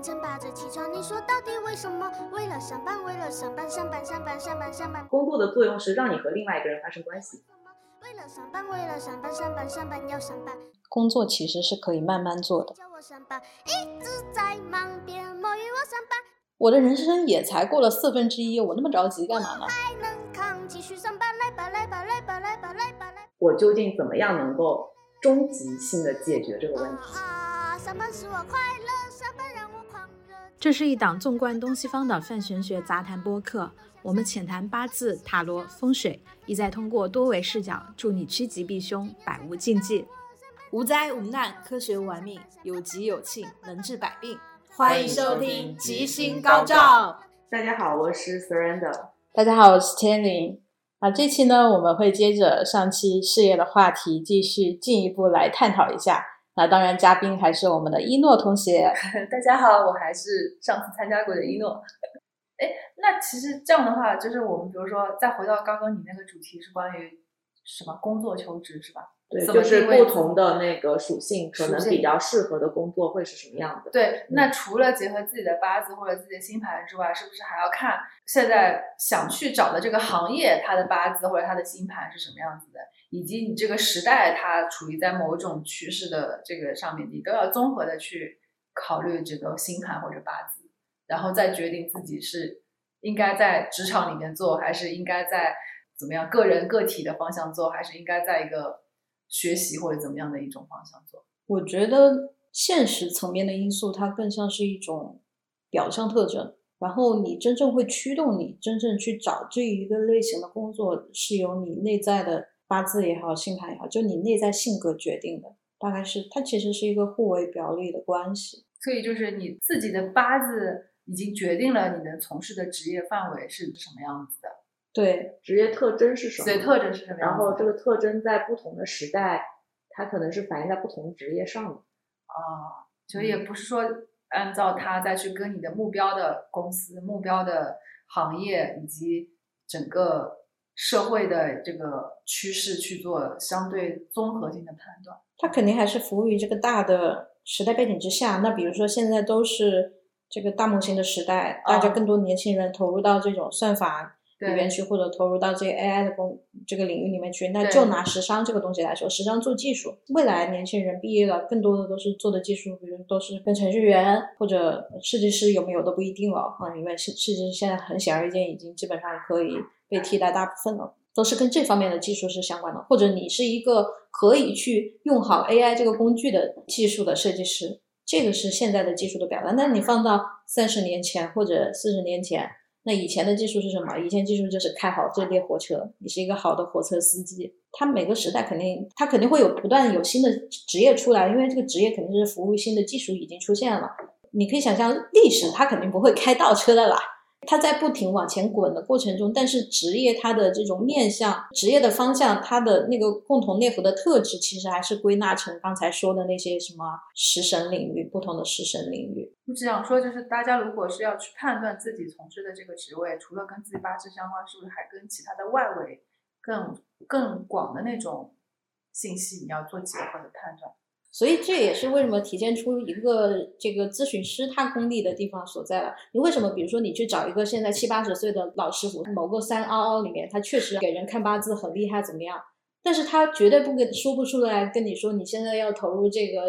晨8点起床，你说到底为什么？为了上班，为了上班，上班上班上班上班。 工作的作用是让你和另外一个人发生关系。 为了上班，为了上班，上班上班要上班。 工作其实是可以慢慢做的。 叫我上班，一直在忙，别人摸鱼我上班。 我的人生也才过了1/4，我那么着急干嘛呢？ 还能扛，继续上班，来吧来吧来吧来吧来吧来。 我究竟怎么样能够终极性的解决这个问题？ 上班使我快乐，上班让我狂热。 这是一档纵观东西方的泛玄学杂谈播客，我们浅谈八字、塔罗、风水，意在通过多维视角助你趋吉避凶，百无禁忌。 无灾无难，科学玩命，有吉有庆，能治百病。 欢迎收听吉星高照。 大家好，我是 Surrender。 大家好，我是天灵。这期呢，我们会接着上期事业的话题，继续进一步来探讨一下。那当然，嘉宾还是我们的一诺同学。 大家好，我还是上次参加过的一诺。那其实这样的话，就是我们比如说再回到刚刚你那个主题是关于什么工作求职是吧？ 对，就是不同的那个属性可能比较适合的工作会是什么样的。 对，那除了结合自己的八字或者自己的星盘之外，是不是还要看现在想去找的这个行业它的八字或者它的星盘是什么样子的，以及你这个时代它处于在某种趋势的这个上面，你都要综合的去考虑这个星盘或者八字，然后再决定自己是应该在职场里面做，还是应该在怎么样个体的方向做，还是应该在一个学习或者怎么样的一种方向做。 我觉得现实层面的因素它更像是一种表象特征，然后你真正会驱动你真正去找这一个类型的工作是由你内在的八字也好星盘也好，就你内在性格决定的，大概是它其实是一个互为表里的关系。 所以就是你自己的八字已经决定了你能从事的职业范围是什么样子的。 对， 职业特征是什么？ 职业特征是什么样子的？ 然后这个特征在不同的时代它可能是反映在不同职业上的。 所以也不是说按照它再去跟你的目标的公司、目标的行业以及整个社会的这个趋势去做相对综合性的判断。 它肯定还是服务于这个大的时代背景之下。那比如说现在都是这个大模型的时代，大家更多年轻人投入到这种算法里面去，或者投入到这个 AI 的这个领域里面去。那就拿时商这个东西来说，时商做技术，未来年轻人毕业了更多的都是做的技术，比如都是跟程序员或者设计师有没有都不一定了因为设计师现在很显而易见已经基本上可以被替代大部分了，都是跟这方面的技术是相关的。或者你是一个可以去用好 AI 这个工具的技术的设计师，这个是现在的技术的表达。那你放到30年前或者40年前，那以前的技术是什么？以前技术就是开好这列火车，你是一个好的火车司机。它每个时代肯定会有不断有新的职业出来，因为这个职业肯定是服务新的技术已经出现了。你可以想象历史它肯定不会开倒车的啦，它在不停往前滚的过程中，但是职业它的这种面向职业的方向，它的那个共同内核的特质其实还是归纳成刚才说的那些什么食神领域，不同的食神领域。 我只想说，就是大家如果是要去判断自己从事的这个职位，除了跟自己八字相关，是不是还跟其他的外围更广的那种信息你要做结合的判断。 所以这也是为什么体现出一个这个咨询师他功力的地方所在了。你为什么比如说你去找一个现在70、80岁的老师傅，某个3凹里面他确实给人看八字很厉害怎么样，但是他绝对说不出来跟你说你现在要投入这个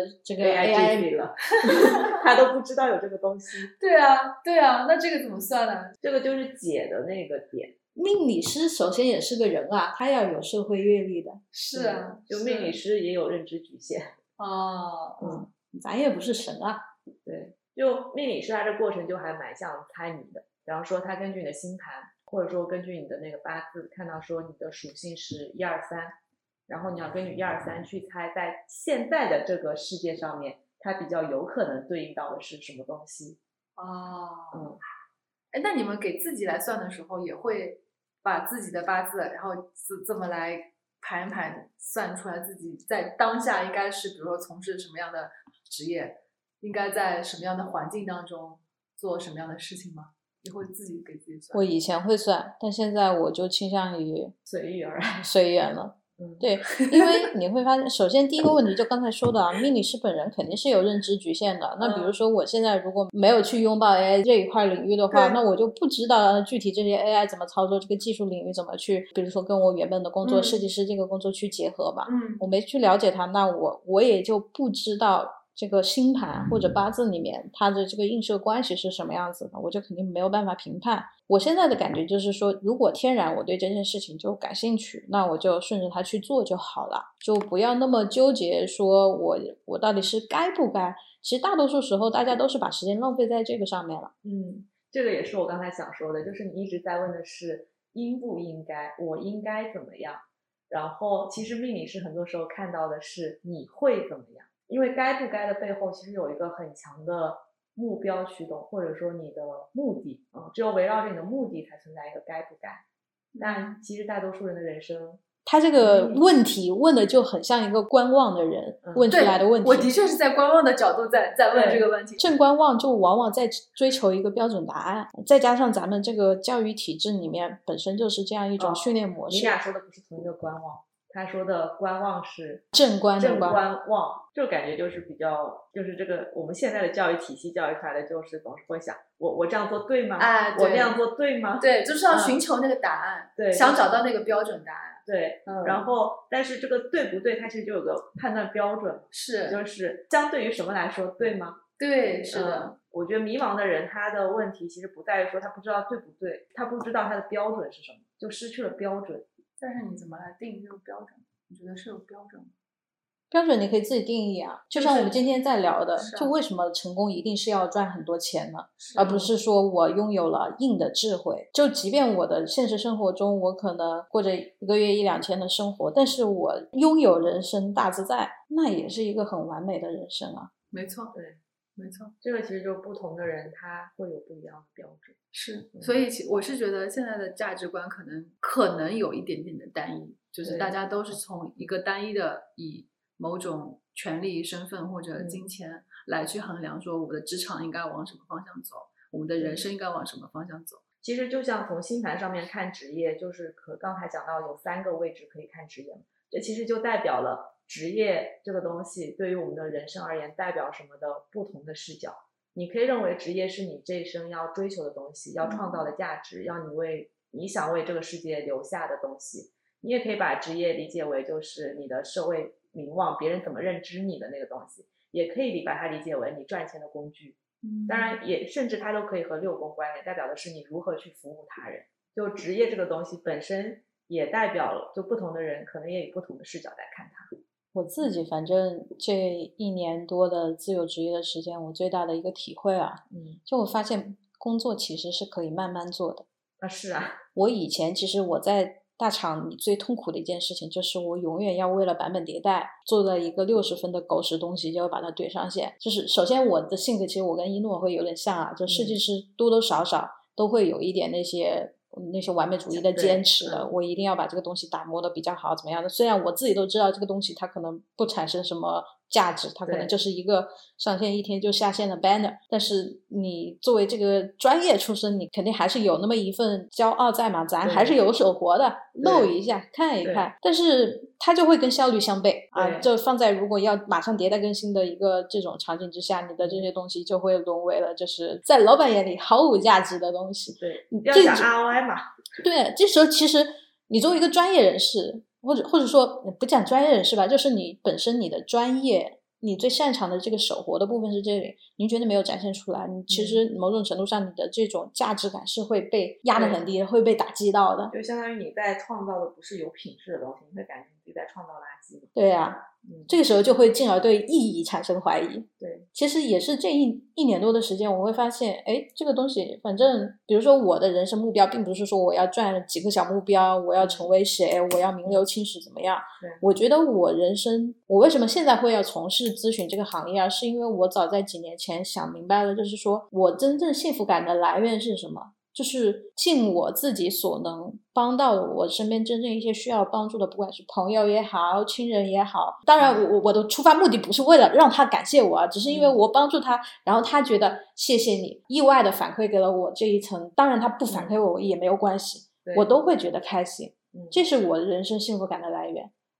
AI 里了他都不知道有这个东西。 对啊，那这个怎么算呢？ 这个就是解的那个点。 命理师首先也是个人啊，他要有社会阅历的。 是啊， 就命理师也有认知局限。 咱也不是神啊。 对，就命理师他这过程就还蛮像猜谜的。比方说他根据你的星盘，或者说根据你的那个八字，看到说你的属性是1、2、3，然后你要根据1、2、3去猜在现在的这个世界上面它比较有可能对应到的是什么东西。 那你们给自己来算的时候也会把自己的八字然后这么来盘一盘，算出来自己在当下应该是比如说从事什么样的职业，应该在什么样的环境当中做什么样的事情吗？你会自己给自己算？ 我以前会算，但现在我就倾向于随遇而安， 随缘了。 对，因为你会发现，首先第一个问题就刚才说的啊，命理师本人肯定是有认知局限的。那比如说我现在如果没有去拥抱 AI 这一块领域的话，那我就不知道具体这些 AI 怎么操作，这个技术领域怎么去，比如说跟我原本的工作设计师这个工作去结合吧。我没去了解它，那我也就不知道这个星盘或者八字里面它的这个映射关系是什么样子的，我就肯定没有办法评判。我现在的感觉就是说，如果天然我对这件事情就感兴趣，那我就顺着它去做就好了，就不要那么纠结说我到底是该不该。其实大多数时候大家都是把时间浪费在这个上面了。 这个也是我刚才想说的，就是你一直在问的是应不应该，我应该怎么样，然后其实命理师很多时候看到的是你会怎么样，因为该不该的背后其实有一个很强的目标驱动，或者说你的目的，只有围绕着你的目的才存在一个该不该。但其实大多数人的人生， 他这个问题问的就很像一个观望的人问出来的问题。 我的确是在观望的角度在问这个问题。 正观望就往往在追求一个标准答案，再加上咱们这个教育体制里面本身就是这样一种训练模式。 你俩说的不是同一个观望，他说的观望是正观望，就感觉就是比较，就是这个我们现在的教育体系教育出来的就是总是会想我这样做对吗？我那样做对吗？ 对，就是要寻求那个答案， 对， 想找到那个标准答案。 对，然后但是这个对不对它其实就有个判断标准， 是就是相对于什么来说对吗？ 对，是的。 我觉得迷茫的人他的问题其实不在于说他不知道对不对，他不知道他的标准是什么，就失去了标准。 但是你怎么来定义这个标准？你觉得是有标准吗？ 标准你可以自己定义啊，就像我们今天在聊的，就为什么成功一定是要赚很多钱呢？而不是说我拥有了硬的智慧。就即便我的现实生活中我可能过着一个月1-2千的生活，但是我拥有人生大自在，那也是一个很完美的人生啊。 没错， 对， 没错， 这个其实就是不同的人他会有不一样的标准。 是，所以我是觉得现在的价值观可能有一点点的单一，就是大家都是从一个单一的以某种权利、身份或者金钱来去衡量，说我的职场应该往什么方向走，我们的人生应该往什么方向走。 其实就像从星盘上面看职业，就是刚才讲到有3个位置可以看职业，这其实就代表了职业这个东西对于我们的人生而言代表什么的不同的视角。你可以认为职业是你这一生要追求的东西，要创造的价值，要你想为这个世界留下的东西。你也可以把职业理解为就是你的社会名望，别人怎么认知你的那个东西，也可以把它理解为你赚钱的工具。当然也甚至它都可以和6宫关联，代表的是你如何去服务他人。就职业这个东西本身也代表了，就不同的人可能也以不同的视角来看它。 我自己反正这1年多的自由职业的时间，我最大的一个体会啊，就我发现工作其实是可以慢慢做的。 是啊， 我以前其实我在大厂里最痛苦的一件事情就是我永远要为了版本迭代做了一个60分的狗屎东西就要把它怼上线。就是首先我的性格其实我跟一诺会有点像啊，就设计师多多少少都会有一点那些完美主义的坚持的，我一定要把这个东西打磨的比较好怎么样的。虽然我自己都知道这个东西它可能不产生什么价值，它可能就是一个上线1天就下线的 banner， 但是你作为这个专业出身，你肯定还是有那么一份骄傲在嘛，咱还是有手活的，露一下看一看，但是它就会跟效率相悖啊。就放在如果要马上迭代更新的一个这种场景之下，你的这些东西就会沦为了就是在老板眼里毫无价值的东西。 对，要讲 ROI 嘛。 对，这时候其实你作为一个专业人士，或者说不讲专业人士吧，就是你本身你的专业，你最擅长的这个手活的部分是这里，你觉得没有展现出来，你其实某种程度上你的这种价值感是会被压得很低的，会被打击到的。 就相当于你在创造的不是有品质的东西，你会感觉自己在创造垃圾。 对啊，这个时候就会进而对意义产生怀疑。 对， 其实也是这一年多的时间，我会发现，这个东西，反正比如说我的人生目标，并不是说我要赚几个小目标，我要成为谁，我要名留青史怎么样。我觉得我人生，我为什么现在会要从事咨询这个行业啊？是因为我早在几年前想明白了，就是说我真正幸福感的来源是什么。就是尽我自己所能帮到我身边真正一些需要帮助的，不管是朋友也好，亲人也好。当然我的出发目的不是为了让他感谢我啊，只是因为我帮助他，然后他觉得谢谢你，意外的反馈给了我这一层。当然他不反馈我也没有关系，我都会觉得开心。这是我人生幸福感的来源。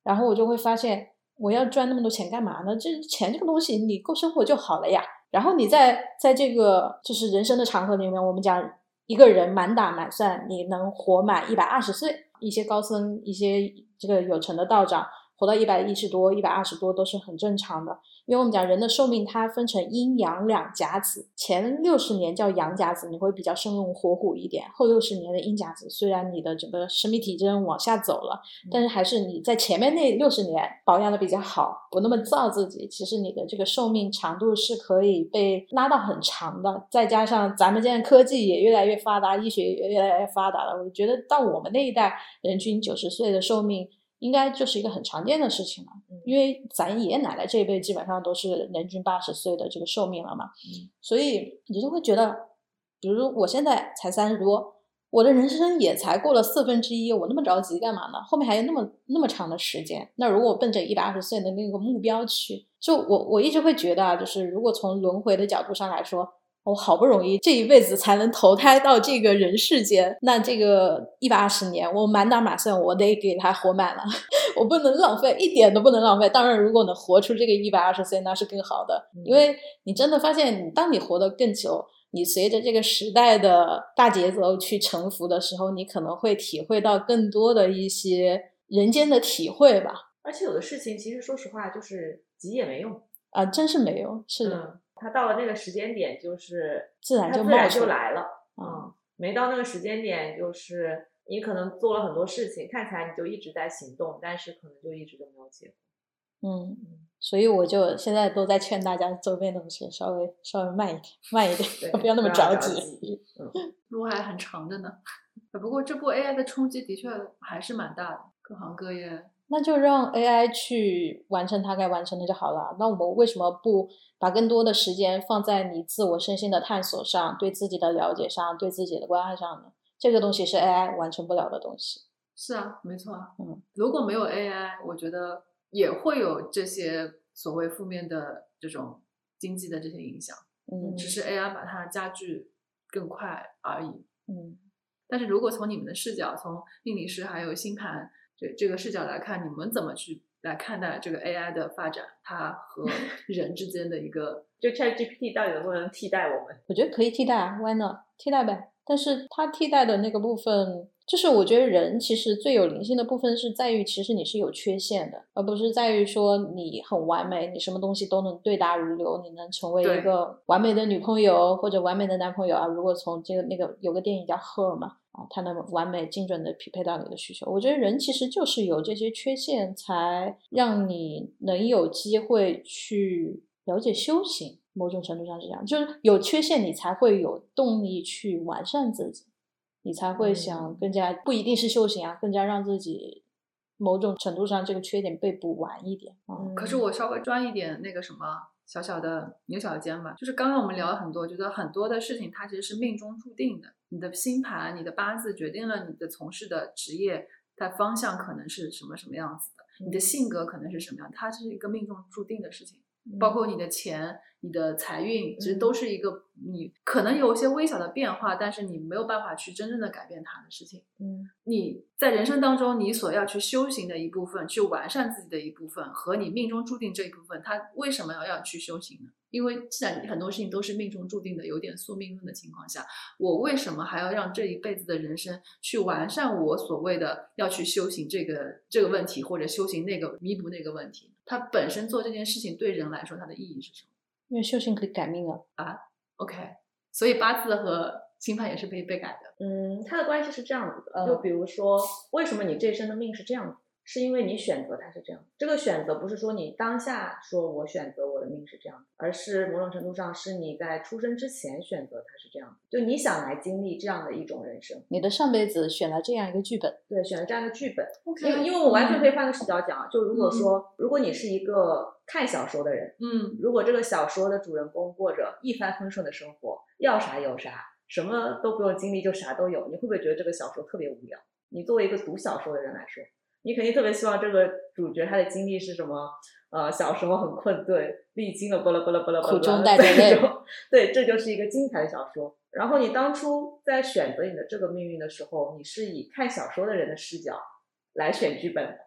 然后我就会发现我要赚那么多钱干嘛呢？这钱这个东西你够生活就好了呀。然后你在这个就是人生的长河里面，我们讲一个人满打满算你能活满120岁，一些高僧一些这个有成的道长活到110多120多都是很正常的。因为我们讲人的寿命它分成阴阳两甲子，前60年叫阳甲子，你会比较生龙活虎一点，后60年的阴甲子，虽然你的整个生命体征往下走了，但是还是你在前面那60年保养的比较好，不那么造自己，其实你的这个寿命长度是可以被拉到很长的。再加上咱们现在科技也越来越发达，医学也越来越发达了，我觉得到我们那一代人均90岁的寿命应该就是一个很常见的事情了。因为咱爷爷奶奶这一辈基本上都是人均80岁的这个寿命了嘛。所以你就会觉得比如说我现在才30多，我的人生也才过了1/4，我那么着急干嘛呢？后面还有那么长的时间。那如果我奔着120岁的那个目标去，就我一直会觉得啊，就是如果从轮回的角度上来说，我好不容易这一辈子才能投胎到这个人世间，那这个120年我满打满算我得给他活满了我不能浪费，一点都不能浪费。当然如果能活出这个120岁那是更好的。因为你真的发现当你活得更久，你随着这个时代的大节奏去沉浮的时候，你可能会体会到更多的一些人间的体会吧。 而且有的事情其实说实话就是急也没用啊，真是没用。是的， 它到了那个时间点就是自然就来了。没到那个时间点就是你可能做了很多事情，看起来你就一直在行动，但是可能就一直都没有结果。 所以我就现在都在劝大家周边东西稍微慢一点不要那么着急。 路还很长的呢。不过这部 AI 的冲击的确还是蛮大的，各行各业。 那就让 AI 去完成它该完成的就好了。那我们为什么不把更多的时间放在你自我身心的探索上，对自己的了解上，对自己的关爱上呢？这个东西是 AI 完成不了的东西。 是啊，没错啊。如果没有 AI， 我觉得也会有这些所谓负面的这种经济的这些影响。只是 AI 把它加剧更快而已。但是如果从你们的视角，从命理师还有星盘这个视角来看，你们怎么去来看待这个 AI 的发展，它和人之间的一个就 ChatGPT 到底能不能替代我们？ 我觉得可以替代啊 ，Why not？ 替代呗。但是它替代的那个部分，就是我觉得人其实最有灵性的部分是在于其实你是有缺陷的，而不是在于说你很完美，你什么东西都能对答如流，你能成为一个完美的女朋友或者完美的男朋友啊。如果从这个那个有个电影叫 Her 嘛，它能完美精准的匹配到你的需求。我觉得人其实就是有这些缺陷才让你能有机会去了解修行，某种程度上是这样，就是有缺陷你才会有动力去完善自己，你才会想更加不一定是修行啊，更加让自己某种程度上这个缺点被补完一点。 可是我稍微专一点那个什么小小的牛角尖吧，就是刚刚我们聊了很多，觉得很多的事情它其实是命中注定的，你的星盘你的八字决定了你的从事的职业它方向可能是什么样子的，你的性格可能是什么样，它是一个命中注定的事情。包括你的钱你的财运其实都是一个你可能有一些微小的变化，但是你没有办法去真正的改变它的事情。你在人生当中你所要去修行的一部分，去完善自己的一部分，和你命中注定这一部分，它为什么要去修行呢？因为既然很多事情都是命中注定的，有点宿命论的情况下，我为什么还要让这一辈子的人生去完善我所谓的要去修行这个问题，或者修行那个弥补那个问题？它本身做这件事情对人来说它的意义是什么？ 因为修行可以改命啊。 OK， 所以八字和星盘也是可以被改的。 它的关系是这样子的，就比如说为什么你这一生的命是这样子，是因为你选择它是这样。这个选择不是说你当下说我选择我的命是这样，而是某种程度上是你在出生之前选择它是这样，就你想来经历这样的一种人生， 你的上辈子选了这样一个剧本。 对，选了这样一个剧本。 Okay， 因为我完全可以换个视角讲，就如果说如果你是一个看小说的人，如果这个小说的主人公过着一帆风顺的生活，要啥有啥，什么都不用经历就啥都有，你会不会觉得这个小说特别无聊？你作为一个读小说的人来说，你肯定特别希望这个主角他的经历是什么？小时候很困顿，历经了巴拉巴拉巴拉苦中带着泪， 对，这就是一个精彩的小说。然后你当初在选择你的这个命运的时候，你是以看小说的人的视角来选剧本的，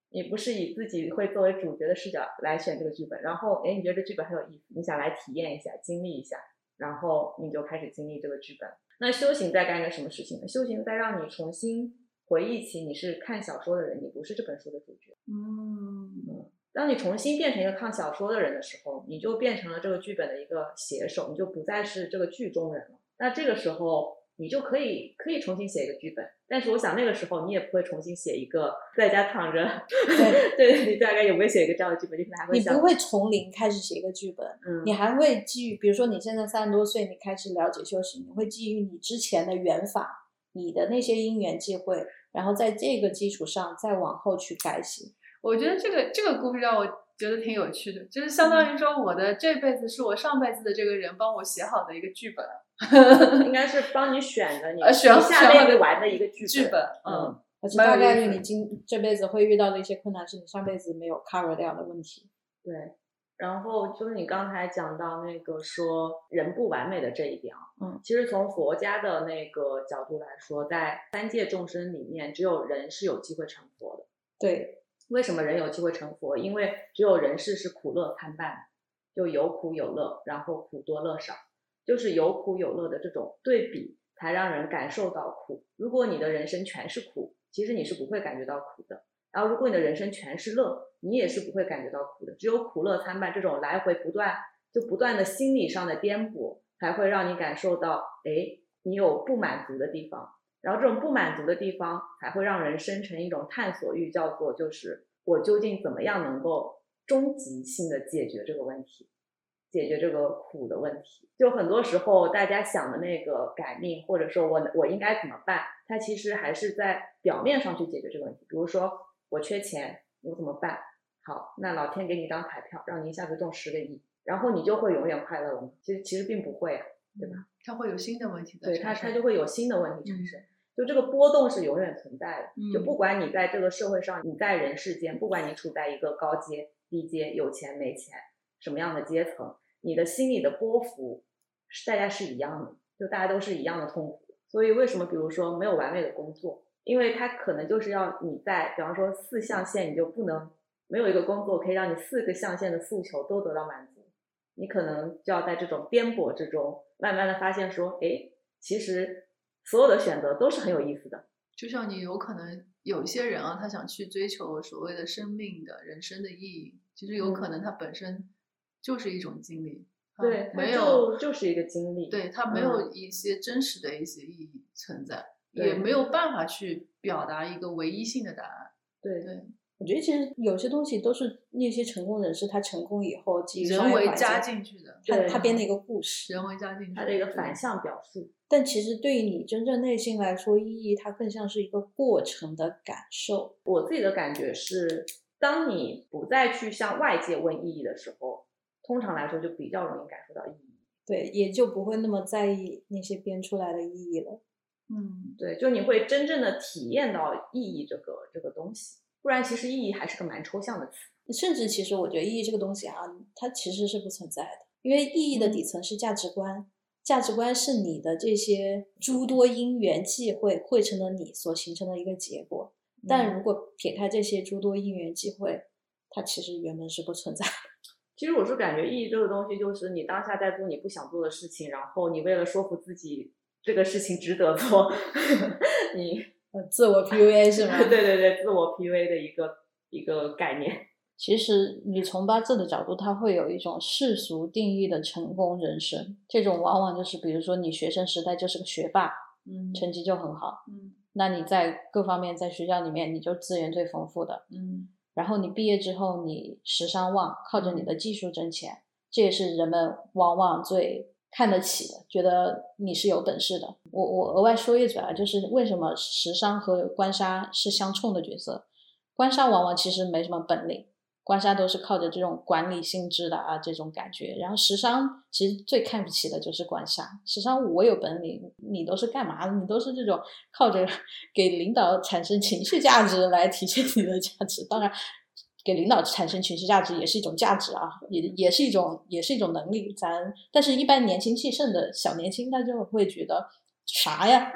你不是以自己会作为主角的视角来选这个剧本，然后你觉得这剧本很有意思，你想来体验一下经历一下，然后你就开始经历这个剧本。那修行在干一个什么事情呢？修行在让你重新回忆起你是看小说的人，你不是这本书的主角。当你重新变成一个看小说的人的时候，你就变成了这个剧本的一个写手，你就不再是这个剧中人了。那这个时候你就可以重新写一个剧本，但是我想那个时候你也不会重新写一个在家躺着对你大概也不会写一个这样的剧本，就是还会想你不会从零开始写一个剧本，你还会基于比如说你现在30多岁，你开始了解修行，你会基于你之前的缘法，你的那些因缘际会，然后在这个基础上再往后去改写。 我觉得这个故事让我觉得挺有趣的，就是相当于说我的这辈子是我上辈子的这个人帮我写好的一个剧本， 应该是帮你选的，你选下辈子玩的一个剧本。 而且大概率你这辈子会遇到的一些困难是你上辈子没有 cover 掉的问题。 对，然后就是你刚才讲到那个说人不完美的这一点其实从佛家的那个角度来说，在三界众生里面只有人是有机会成佛的。 对， 为什么人有机会成佛？因为只有人世是苦乐参半，就有苦有乐，然后苦多乐少，就是有苦有乐的这种对比才让人感受到苦。如果你的人生全是苦，其实你是不会感觉到苦的，然后如果你的人生全是乐，你也是不会感觉到苦的。只有苦乐参半这种来回不断的心理上的颠簸，才会让你感受到你有不满足的地方，然后这种不满足的地方才会让人生成一种探索欲，叫做就是我究竟怎么样能够终极性的解决这个问题，解决这个苦的问题。就很多时候大家想的那个改命，或者说我应该怎么办，它其实还是在表面上去解决这个问题。比如说我缺钱，我怎么办？好，那老天给你一张彩票，让你一下子中10个亿，然后你就会永远快乐了吗？其实并不会对吧？它会有新的问题的， 对，它就会有新的问题产生。就这个波动是永远存在的，就不管你在这个社会上，你在人世间，不管你处在一个高阶、低阶、有钱没钱，什么样的阶层，你的心理的波幅大家是一样的，就大家都是一样的痛苦。所以为什么比如说没有完美的工作，因为它可能就是要你在比方说4象限，你就不能没有一个工作可以让你4个象限的诉求都得到满足，你可能就要在这种颠簸之中慢慢的发现说其实所有的选择都是很有意思的。 就像你有可能有一些人他想去追求所谓的生命的人生的意义，其实有可能它本身就是一种经历， 对， 没有就是一个经历， 对，它没有一些真实的一些意义存在，也没有办法去表达一个唯一性的答案。 对， 我觉得其实有些东西都是那些成功人士他成功以后基于人为加进去的， 他编的一个故事， 人为加进去他的一个反向表述。 但其实对于你真正内心来说，意义它更像是一个过程的感受。 我自己的感觉是，当你不再去向外界问意义的时候，通常来说就比较容易感受到意义。 对，也就不会那么在意那些编出来的意义了。 对，就你会真正的体验到意义这个东西，不然其实意义还是个蛮抽象的词。 甚至其实我觉得意义这个东西它其实是不存在的，因为意义的底层是价值观，价值观是你的这些诸多因缘际会汇成了你所形成的一个结果。但如果撇开这些诸多因缘际会，它其实原本是不存在的。 其实我是感觉意义这个东西就是你当下在做你不想做的事情，然后你为了说服自己这个事情值得做你自我 PUA 是吗？ 对，自我 PUA 的一个概念。 其实你从八字的角度，它会有一种世俗定义的成功人生，这种往往就是比如说你学生时代就是个学霸，成绩就很好，那你在各方面在学校里面你就资源最丰富的，然后你毕业之后你时尚旺，靠着你的技术挣钱，这也是人们往往最看得起的，觉得你是有本事的。我额外说一嘴就是为什么时商和官杀是相冲的角色。官杀往往其实没什么本领，官杀都是靠着这种管理性质的这种感觉，然后时商其实最看不起的就是官杀。时商我有本领，你都是干嘛的？你都是这种靠着给领导产生情绪价值来体现你的价值。当然给领导产生情绪价值也是一种价值也是一种能力，但是一般年轻气盛的小年轻他就会觉得啥呀，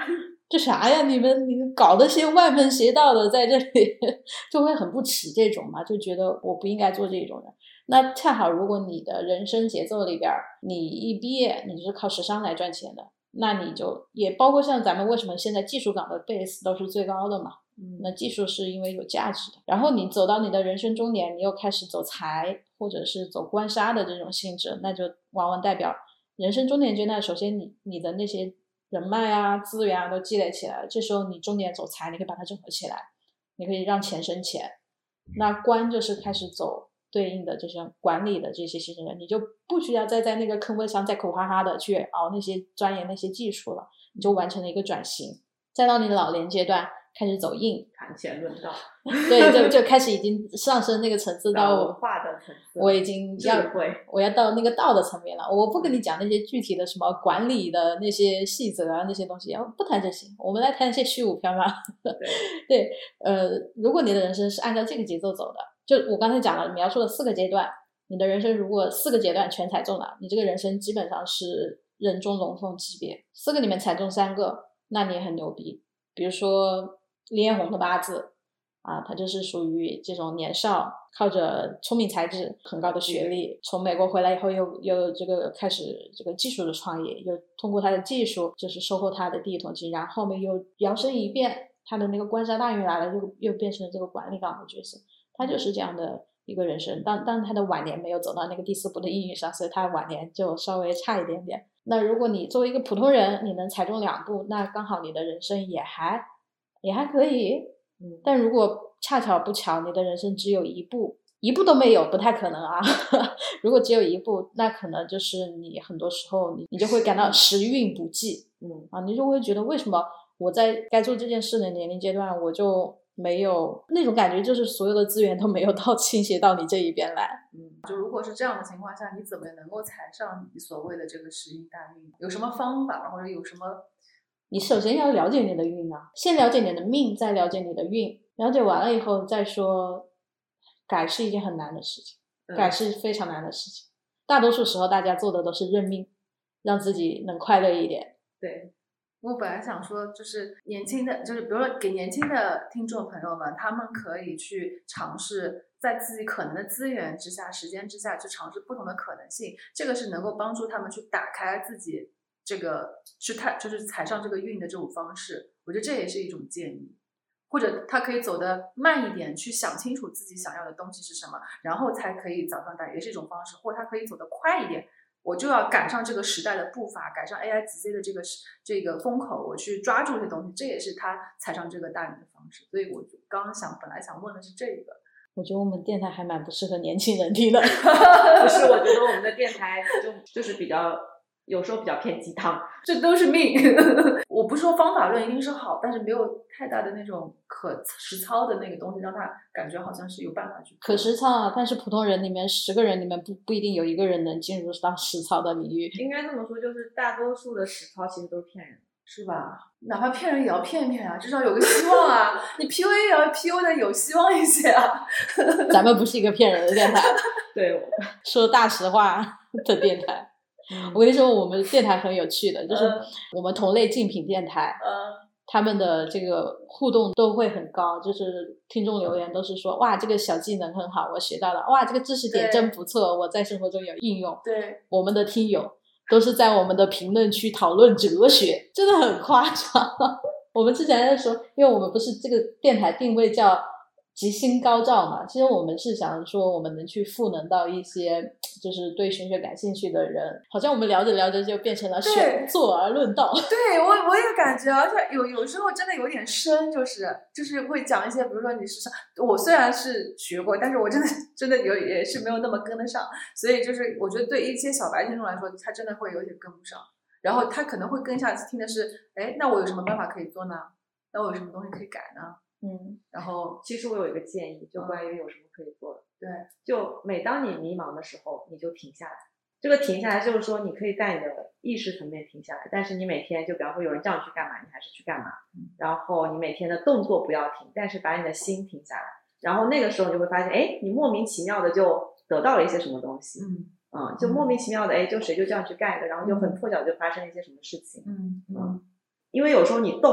这啥呀？你们搞的些歪门邪道的在这里，就会很不耻这种嘛，就觉得我不应该做这种人。那恰好，如果你的人生节奏里边，你一毕业你就是靠时尚来赚钱的，那你就也包括像咱们为什么现在技术岗的 base 都是最高的嘛。那技术是因为有价值的，然后你走到你的人生终点，你又开始走财或者是走官杀的这种性质，那就往往代表人生终点阶段，首先你的那些人脉啊资源啊都积累起来了，这时候你终点走财，你可以把它整合起来，你可以让钱生钱。那官就是开始走对应的这些管理的这些新人，你就不需要再在那个坑位上再苦哈哈的去熬那些钻研那些技术了，你就完成了一个转型。再到你老年阶段开始走硬， 谈钱论道， 对，就开始已经上升那个层次到文化的层次， 我已经我要到那个道的层面了。我不跟你讲那些具体的什么管理的那些细则啊那些东西，不谈这些，我们来谈一些虚无缥缈。对，如果你的人生是按照这个节奏走的，就我刚才讲了描述了4个阶段，你的人生如果4个阶段全踩中了，你这个人生基本上是人中龙凤级别，4个里面踩中3个，那你也很牛逼。比如说李彦宏的八字啊，他就是属于这种年少靠着聪明才智很高的学历，从美国回来以后又这个开始这个技术的创业，又通过他的技术就是收获他的第一桶金，然后后面又摇身一变，他的那个官杀大运来了，又变成了这个管理岗的角色。他就是这样的一个人生，但他的晚年没有走到那个第4步的应运上，所以他晚年就稍微差一点点。那如果你作为一个普通人，你能踩中2步，那刚好你的人生也还可以。但如果恰巧不巧你的人生只有1步都没有，不太可能啊。如果只有1步，那可能就是你很多时候你就会感到时运不济。你就会觉得为什么我在该做这件事的年龄阶段我就没有那种感觉，就是所有的资源都没有倾斜到你这一边来。 就如果是这样的情况下，你怎么能够踩上你所谓的这个时运大运？有什么方法或者有什么？ 你首先要了解你的运啊，先了解你的命，再了解你的运。了解完了以后再说，改是一件很难的事情，改是非常难的事情。大多数时候大家做的都是认命，让自己能快乐一点。 对，我本来想说，就是年轻的，就是比如说给年轻的听众朋友们，他们可以去尝试在自己可能的资源之下、时间之下去尝试不同的可能性，这个是能够帮助他们去打开自己这个就是踩上这个运的这种方式。我觉得这也是一种建议，或者他可以走得慢一点，去想清楚自己想要的东西是什么，然后才可以早上大，也是一种方式。或者他可以走得快一点，我就要赶上这个时代的步伐，赶上 AIGC 的这个风口，我去抓住这些东西，这也是他踩上这个大运的方式。所以我刚刚本来想问的是这个。 我觉得我们电台还蛮不适合年轻人听的。 不是，我觉得我们的电台就是比较有时候比较偏鸡汤， 这都是命。我不是说方法论一定是好，但是没有太大的那种可实操的那个东西，让他感觉好像是有办法去可实操啊。但是普通人里面10个人里面不一定有1个人能进入到实操的领域。 应该这么说，就是大多数的实操其实都是骗人， 是吧？哪怕骗人也要骗啊，至少有个希望啊。你 PUA 也要 PU 的有希望一些啊。 咱们不是一个骗人的电台。 对， 说大实话的电台。我跟你说，我们电台很有趣的，就是我们同类竞品电台，他们的这个互动都会很高，就是听众留言都是说，哇，这个小技能很好，我学到了，哇，这个知识点真不错，我在生活中有应用。 对， 我们的听友都是在我们的评论区讨论哲学，真的很夸张。我们之前在说，因为我们不是这个电台定位叫吉星高照嘛，其实我们是想说我们能去赋能到一些就是对玄学感兴趣的人，好像我们聊着聊着就变成了坐而论道。对， 我也感觉，而且有时候真的有点深，就是会讲一些，比如说你是我虽然是学过，但是我真的也是没有那么跟得上，所以就是我觉得对一些小白听众来说，他真的会有点跟不上，然后他可能会跟下次听的是，哎，那我有什么办法可以做呢？那我有什么东西可以改呢？然后其实我有一个建议，就关于有什么可以做的。 对， 就每当你迷茫的时候，你就停下来。这个停下来就是说，你可以在你的意识层面停下来，但是你每天就比方说有人叫你去干嘛，你还是去干嘛。然后你每天的动作不要停，但是把你的心停下来。然后那个时候你就会发现，哎，你莫名其妙的就得到了一些什么东西。就莫名其妙的，哎，就谁就这样去干的，然后就很凑巧就发生了一些什么事情。因为有时候你动，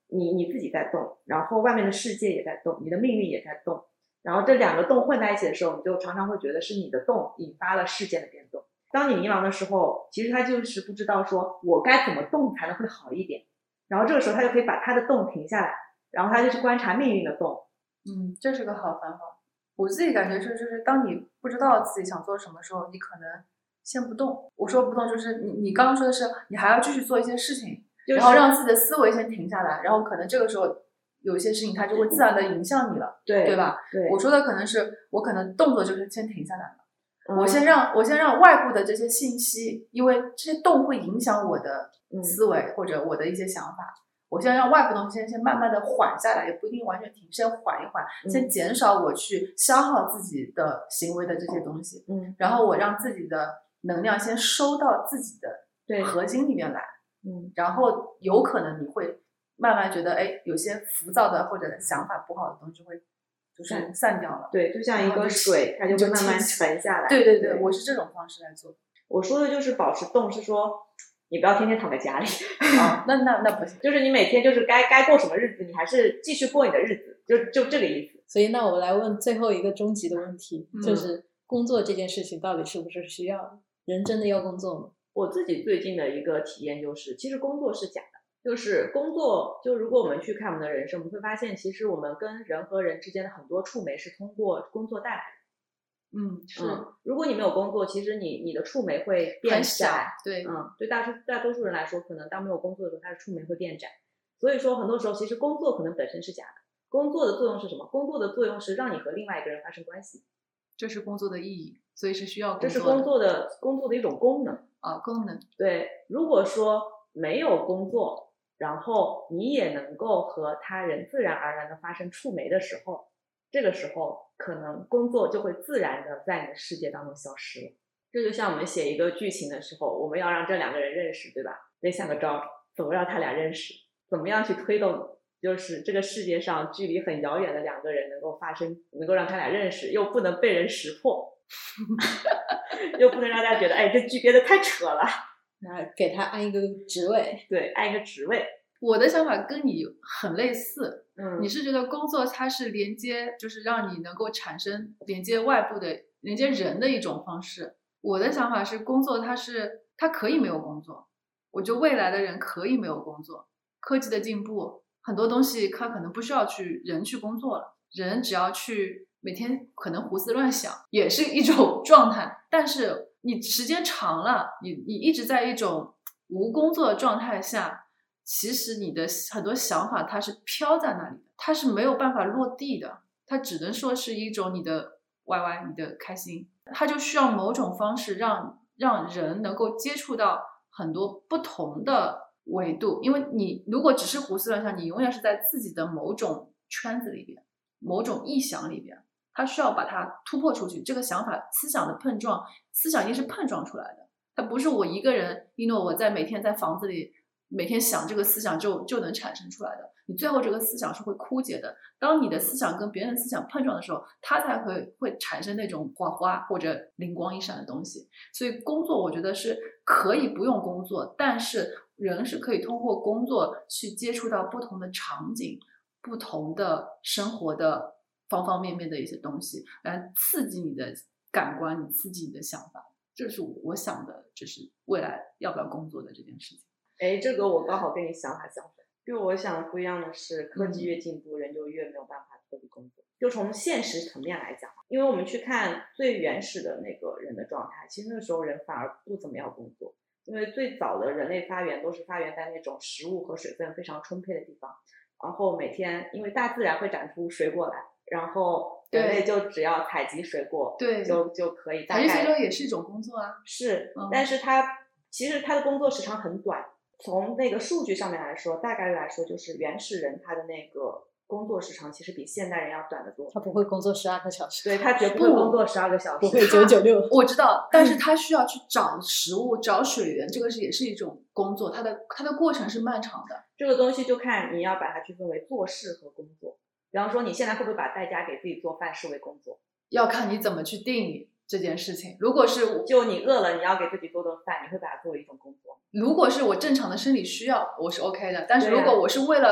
你自己在动，然后外面的世界也在动，你的命运也在动，然后这两个动混在一起的时候，你就常常会觉得是你的动引发了事件的变动。当你迷茫的时候，其实他就是不知道说我该怎么动才能会好一点，然后这个时候他就可以把他的动停下来，然后他就去观察命运的动。 这是个好方法。我自己感觉就是当你不知道自己想做什么时候，你可能先不动。我说不动就是你刚刚说的是你还要继续做一些事情，然后让自己的思维先停下来，然后可能这个时候有一些事情它就会自然的影响你了，对吧？ 对， 我说的可能是我可能动作就是先停下来了。我先让外部的这些信息，因为这些动会影响我的思维或者我的一些想法，我先让外部东西先慢慢的缓下来，也不一定完全停，先缓一缓，先减少我去消耗自己的行为的这些东西，然后我让自己的能量先收到自己的核心里面来，然后有可能你会慢慢觉得，哎，有些浮躁的或者想法不好的东西会就是散掉了， 对，就像一个水，它就会慢慢沉下来。 对，我是这种方式来做。 我说的就是保持动，是说你不要天天躺在家里。 那不行， 就是你每天就是该过什么日子，你还是继续过你的日子，就这个意思。 所以那我来问最后一个终极的问题，就是工作这件事情到底是不是需要的？人真的要工作吗？ 我自己最近的一个体验就是，其实工作是假的。就是工作，就如果我们去看我们的人生，我们会发现，其实我们跟人和人之间的很多触媒是通过工作带来的。是。如果你没有工作，其实你的触媒会变窄。 对。 对大多数人来说，可能当没有工作的时候，他的触媒会变窄。所以说，很多时候其实工作可能本身是假的。工作的作用是什么？工作的作用是让你和另外一个人发生关系。 这是工作的意义，所以是需要工作的。 这是工作的一种功能啊，功能。 对，如果说没有工作，然后你也能够和他人自然而然的发生触媒的时候，这个时候可能工作就会自然的在你的世界当中消失了。这就像我们写一个剧情的时候，我们要让这两个人认识，对吧？得想个招，怎么让他俩认识，怎么样去推动，就是这个世界上距离很遥远的两个人能够让他俩认识，又不能被人识破又不能让大家觉得，哎，这剧编得太扯了， 给他按一个职位。 对，按一个职位。 我的想法跟你很类似，你是觉得工作它是连接，就是让你能够产生连接外部的、连接人的一种方式。我的想法是，工作它可以没有工作，我觉得未来的人可以没有工作。科技的进步，很多东西它可能不需要人去工作了，人只要去每天可能胡思乱想，也是一种状态。但是你时间长了，你一直在一种无工作的状态下，其实你的很多想法它是飘在那里的，它是没有办法落地的，它只能说是一种你的 YY， 你的开心，它就需要某种方式让人能够接触到很多不同的维度。因为你如果只是胡思乱想，你永远是在自己的某种圈子里边，某种臆想里边，它需要把它突破出去。这个想法思想的碰撞，思想一定是碰撞出来的，它不是我一个人一诺我在每天在房子里每天想这个思想就能产生出来的，你最后这个思想是会枯竭的。当你的思想跟别人的思想碰撞的时候，它才会产生那种火花或者灵光一闪的东西。所以工作我觉得是可以不用工作，但是人是可以通过工作去接触到不同的场景、不同的生活的方方面面的一些东西，来刺激你的感官，你刺激你的想法。这是我想的，就是未来要不要工作的这件事情。 哎，这个我刚好跟你想法相反。就我想的不一样的是，科技越进步，人就越没有办法脱离工作。就从现实层面来讲，因为我们去看最原始的那个人的状态，其实那个时候人反而不怎么要工作，因为最早的人类发源都是发源在那种食物和水分非常充沛的地方，然后每天因为大自然会长出水果来，然后人类就只要采集水果， 对， 就可以大概。 采集水果也是一种工作啊。 是，但是其实他的工作时长很短。从那个数据上面来说，大概来说就是原始人他的那个工作时长其实比现代人要短得多。 他不会工作12个小时。 对，他绝不会工作12个小时， 不会996。 我知道，但是他需要去找食物、找水源，这个也是一种工作，它的过程是漫长的。 这个东西就看你要把它区分为做事和工作。比方说，你现在会不会把在家给自己做饭视为工作？ 要看你怎么去定义这件事情。如果是就你饿了，你要给自己做顿饭，你会把它作为一种工作。 如果是我正常的生理需要，我是 OK 的。但是如果我是为了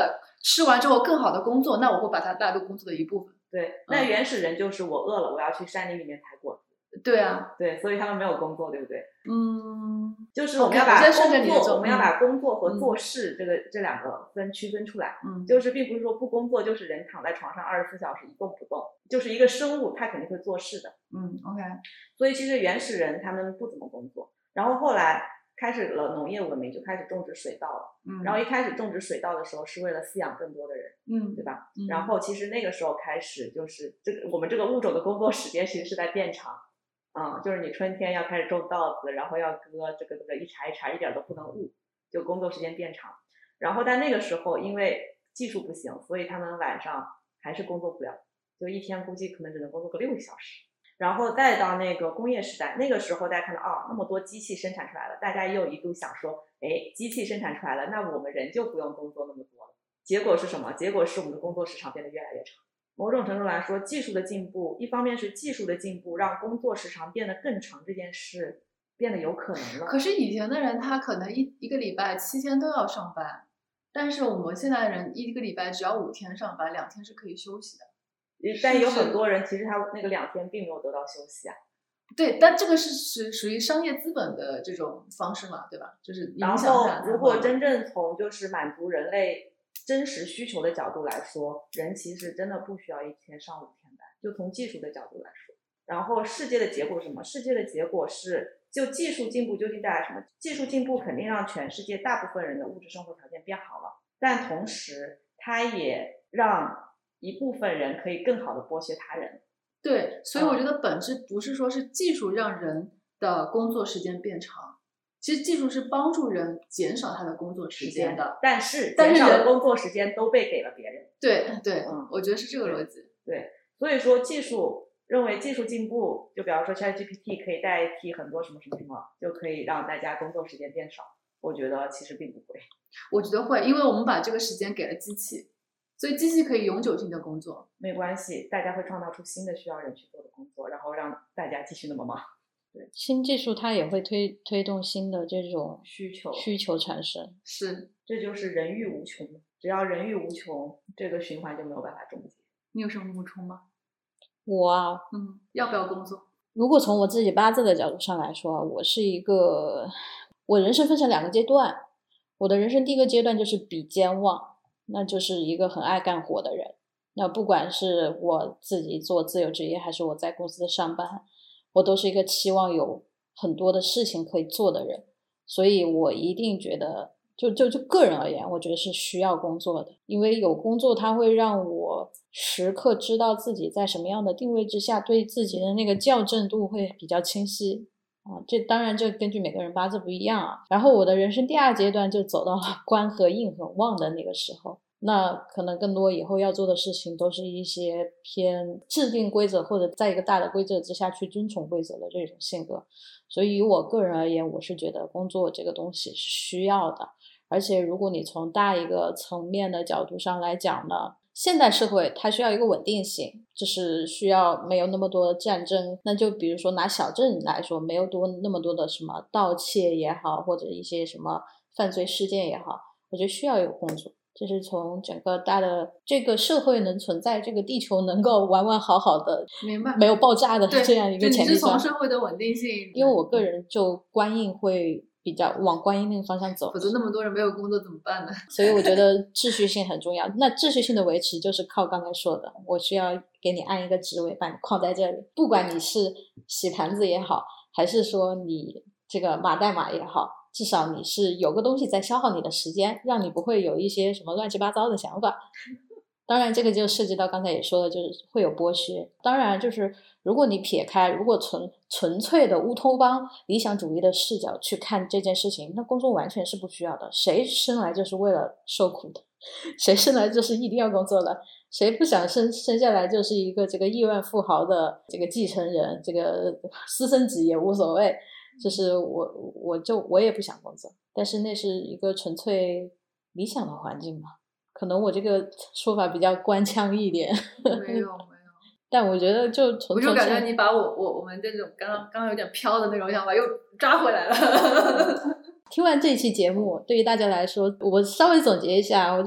吃完之后更好的工作，那我会把它纳入工作的一部分。 对，那原始人就是我饿了，我要去山里面采果子。 对啊， 对，所以他们没有工作，对不对？就是我们要把工作， 我们要把工作和做事这两个区分出来。就是并不是说不工作就是人躺在床上24小时一动不动，就是一个生物它肯定会做事的。 OK。 所以其实原始人他们不怎么工作，然后后来开始了农业文明，就开始种植水稻了。然后一开始种植水稻的时候是为了饲养更多的人，对吧？然后其实那个时候开始就是我们这个物种的工作时间其实是在变长。就是你春天要开始种稻子，然后要割这个一茬一茬，一点都不能误，就工作时间变长。然后在那个时候因为技术不行，所以他们晚上还是工作不了，就一天估计可能只能工作个6个小时。然后再到那个工业时代，那个时候大家看到那么多机器生产出来了，大家也有一度想说，机器生产出来了，那我们人就不用工作那么多了。结果是什么？结果是我们的工作时长变得越来越长。某种程度来说，技术的进步，一方面是技术的进步让工作时长变得更长，这件事变得有可能了。 可是以前的人他可能一个礼拜7天都要上班，但是我们现在的人一个礼拜只要5天上班，2天是可以休息的。 但有很多人其实他那个2天并没有得到休息啊。 对，但这个是属于商业资本的这种方式嘛，对吧？就是影响下。 然后如果真正从就是满足人类真实需求的角度来说，人其实真的不需要1天上5天班，就从技术的角度来说。然后世界的结果是什么？世界的结果是，就技术进步究竟带来什么？技术进步肯定让全世界大部分人的物质生活条件变好了，但同时它也让一部分人可以更好的剥削他人。 对，所以我觉得本质不是说是技术让人的工作时间变长，其实技术是帮助人减少他的工作时间的， 但是减少的工作时间都被给了别人。 对，我觉得是这个逻辑。 对，所以说认为技术进步，就比方说 ChatGPT 可以代替很多什么什么什么，就可以让大家工作时间变少。我觉得其实并不会。 我觉得会，因为我们把这个时间给了机器，所以机器可以永久性的工作。 没关系，大家会创造出新的需要人去做的工作，然后让大家继续那么忙。对， 新技术它也会推动新的这种需求产生。 是， 这就是人欲无穷。只要人欲无穷，这个循环就没有办法终结。 你有什么补充吗？ 我啊， 要不要工作？ 如果从我自己八字的角度上来说，我人生分成2个阶段。我的人生第一个阶段就是比肩旺，那就是一个很爱干活的人。那不管是我自己做自由职业，还是我在公司上班，我都是一个期望有很多的事情可以做的人。所以我一定觉得就个人而言，我觉得是需要工作的，因为有工作它会让我时刻知道自己在什么样的定位之下，对自己的那个校正度会比较清晰这当然这根据每个人八字不一样啊。然后我的人生第2阶段就走到了官和印很旺的那个时候，那可能更多以后要做的事情都是一些偏制定规则或者在一个大的规则之下去遵从规则的这种性格。所以于我个人而言，我是觉得工作这个东西是需要的。而且如果你从大一个层面的角度上来讲呢，现代社会它需要一个稳定性，就是需要没有那么多的战争。那就比如说拿小镇来说，没有那么多的什么盗窃也好，或者一些什么犯罪事件也好，我觉得需要有工作。这是从整个大的这个社会能存在，这个地球能够完完好好的， 明白， 没有爆炸的这样一个前提上， 你是从社会的稳定性， 因为我个人就官印会比较往官印那个方向走， 否则那么多人没有工作怎么办呢？ 所以我觉得秩序性很重要。那秩序性的维持就是靠刚才说的，我需要给你按一个职位把你框在这里，不管你是洗盘子也好，还是说你这个码代码也好，至少你是有个东西在消耗你的时间，让你不会有一些什么乱七八糟的想法。当然这个就涉及到刚才也说的，就是会有剥削。当然就是如果你撇开如果纯粹的乌托邦理想主义的视角去看这件事情，那工作完全是不需要的。谁生来就是为了受苦的？谁生来就是一定要工作的？谁不想生下来就是一个这个亿万富豪的这个继承人，这个私生子也无所谓。就是我也不想工作，但是那是一个纯粹理想的环境嘛。可能我这个说法比较官腔一点， 没有， 但我觉得我就感觉你把我们这种刚刚有点飘的那种想法又抓回来了。 听完这一期节目，对于大家来说，我稍微总结一下，我觉得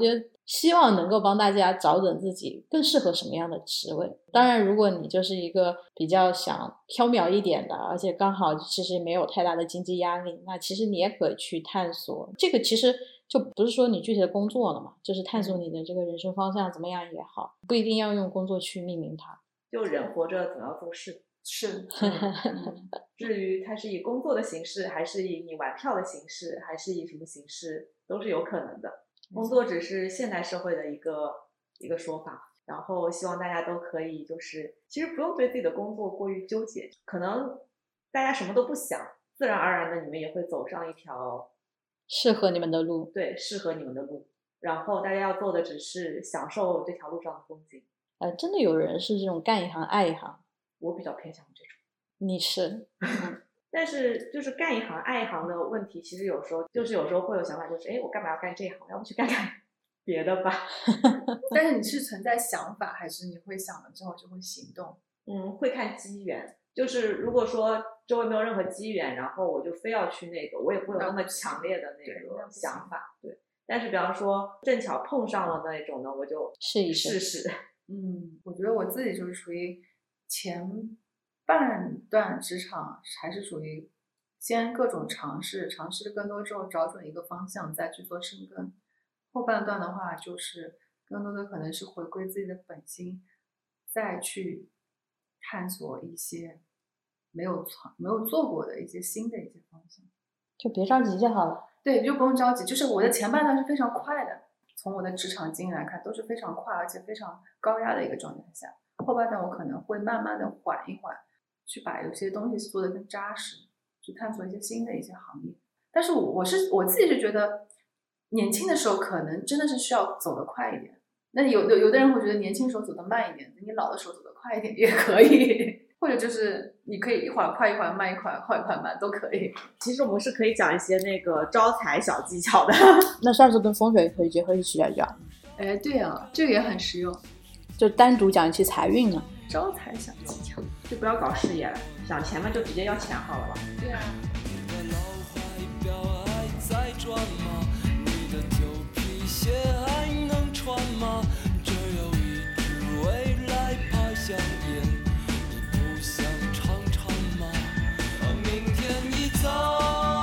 希望能够帮大家找准自己更适合什么样的职位。当然如果你就是一个比较想缥缈一点的，而且刚好其实没有太大的经济压力，那其实你也可以去探索。这个其实就不是说你具体的工作了嘛，就是探索你的这个人生方向怎么样也好，不一定要用工作去命名它。 就人活着总要做事。 是至于它是以工作的形式，还是以你玩票的形式，还是以什么形式，都是有可能的。工作只是现代社会的一个说法，然后希望大家都可以就是其实不用对自己的工作过于纠结，可能大家什么都不想，自然而然的你们也会走上一条适合你们的路。 对，适合你们的路，然后大家要做的只是享受这条路上的风景。 真的有人是这种干一行爱一行， 我比较偏向于这种。 你是但是就是干一行爱一行的问题，其实有时候会有想法，就是我干嘛要干这一行，要不去干干别的吧。 但是你是存在想法，还是你会想了之后就会行动？ 会看机缘，就是如果说周围没有任何机缘，然后我就非要去那个，我也不会有那么强烈的那个想法。对，但是比方说正巧碰上了那种呢，我就试试。 我觉得我自己就是属于前半段职场还是属于先各种尝试更多之后找准一个方向再去做深耕，后半段的话就是更多的可能是回归自己的本心，再去探索一些没有做过的一些新的一些方向。 就别着急就好了。 对，就不用着急，就是我的前半段是非常快的，从我的职场经验来看都是非常快而且非常高压的一个状态下，后半段我可能会慢慢的缓一缓，去把有些东西做得更扎实，去探索一些新的一些行业。但是我自己是觉得年轻的时候可能真的是需要走得快一点，那有的人会觉得年轻时候走得慢一点，你老的时候走得快一点也可以，或者就是你可以一会儿快一会儿慢，一会儿快一会儿慢都可以。 其实我们是可以讲一些那个招财小技巧的。 那下次跟风水可以结合一起来讲。 对啊，这个也很实用， 就单独讲一期财运呢。 招财小技巧就不要搞事业了，想钱嘛就直接要钱好了吧。 对啊。 你的老怀表还在转吗？你的旧皮鞋还能穿吗？这有一支未来牌香烟，你不想尝尝吗？明天一早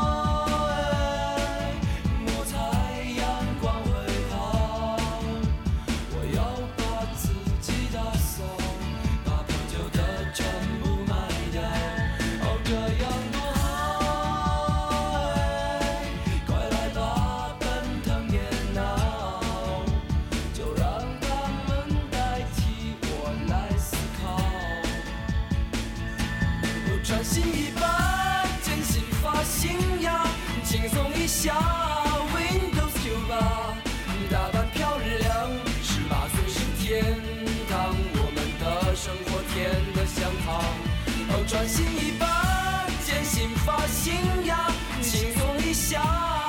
莫猜阳光会好，我要把自己打扫，把破旧的全部卖掉。这样多好，快来吧，奔腾也闹，就让他们代替我来思考。穿新衣吧，剪新发型呀，轻松一下 Windows 9吧，打扮漂亮，18岁是天堂，我们的生活甜得像糖。穿新衣吧，剪新发型呀，轻松一下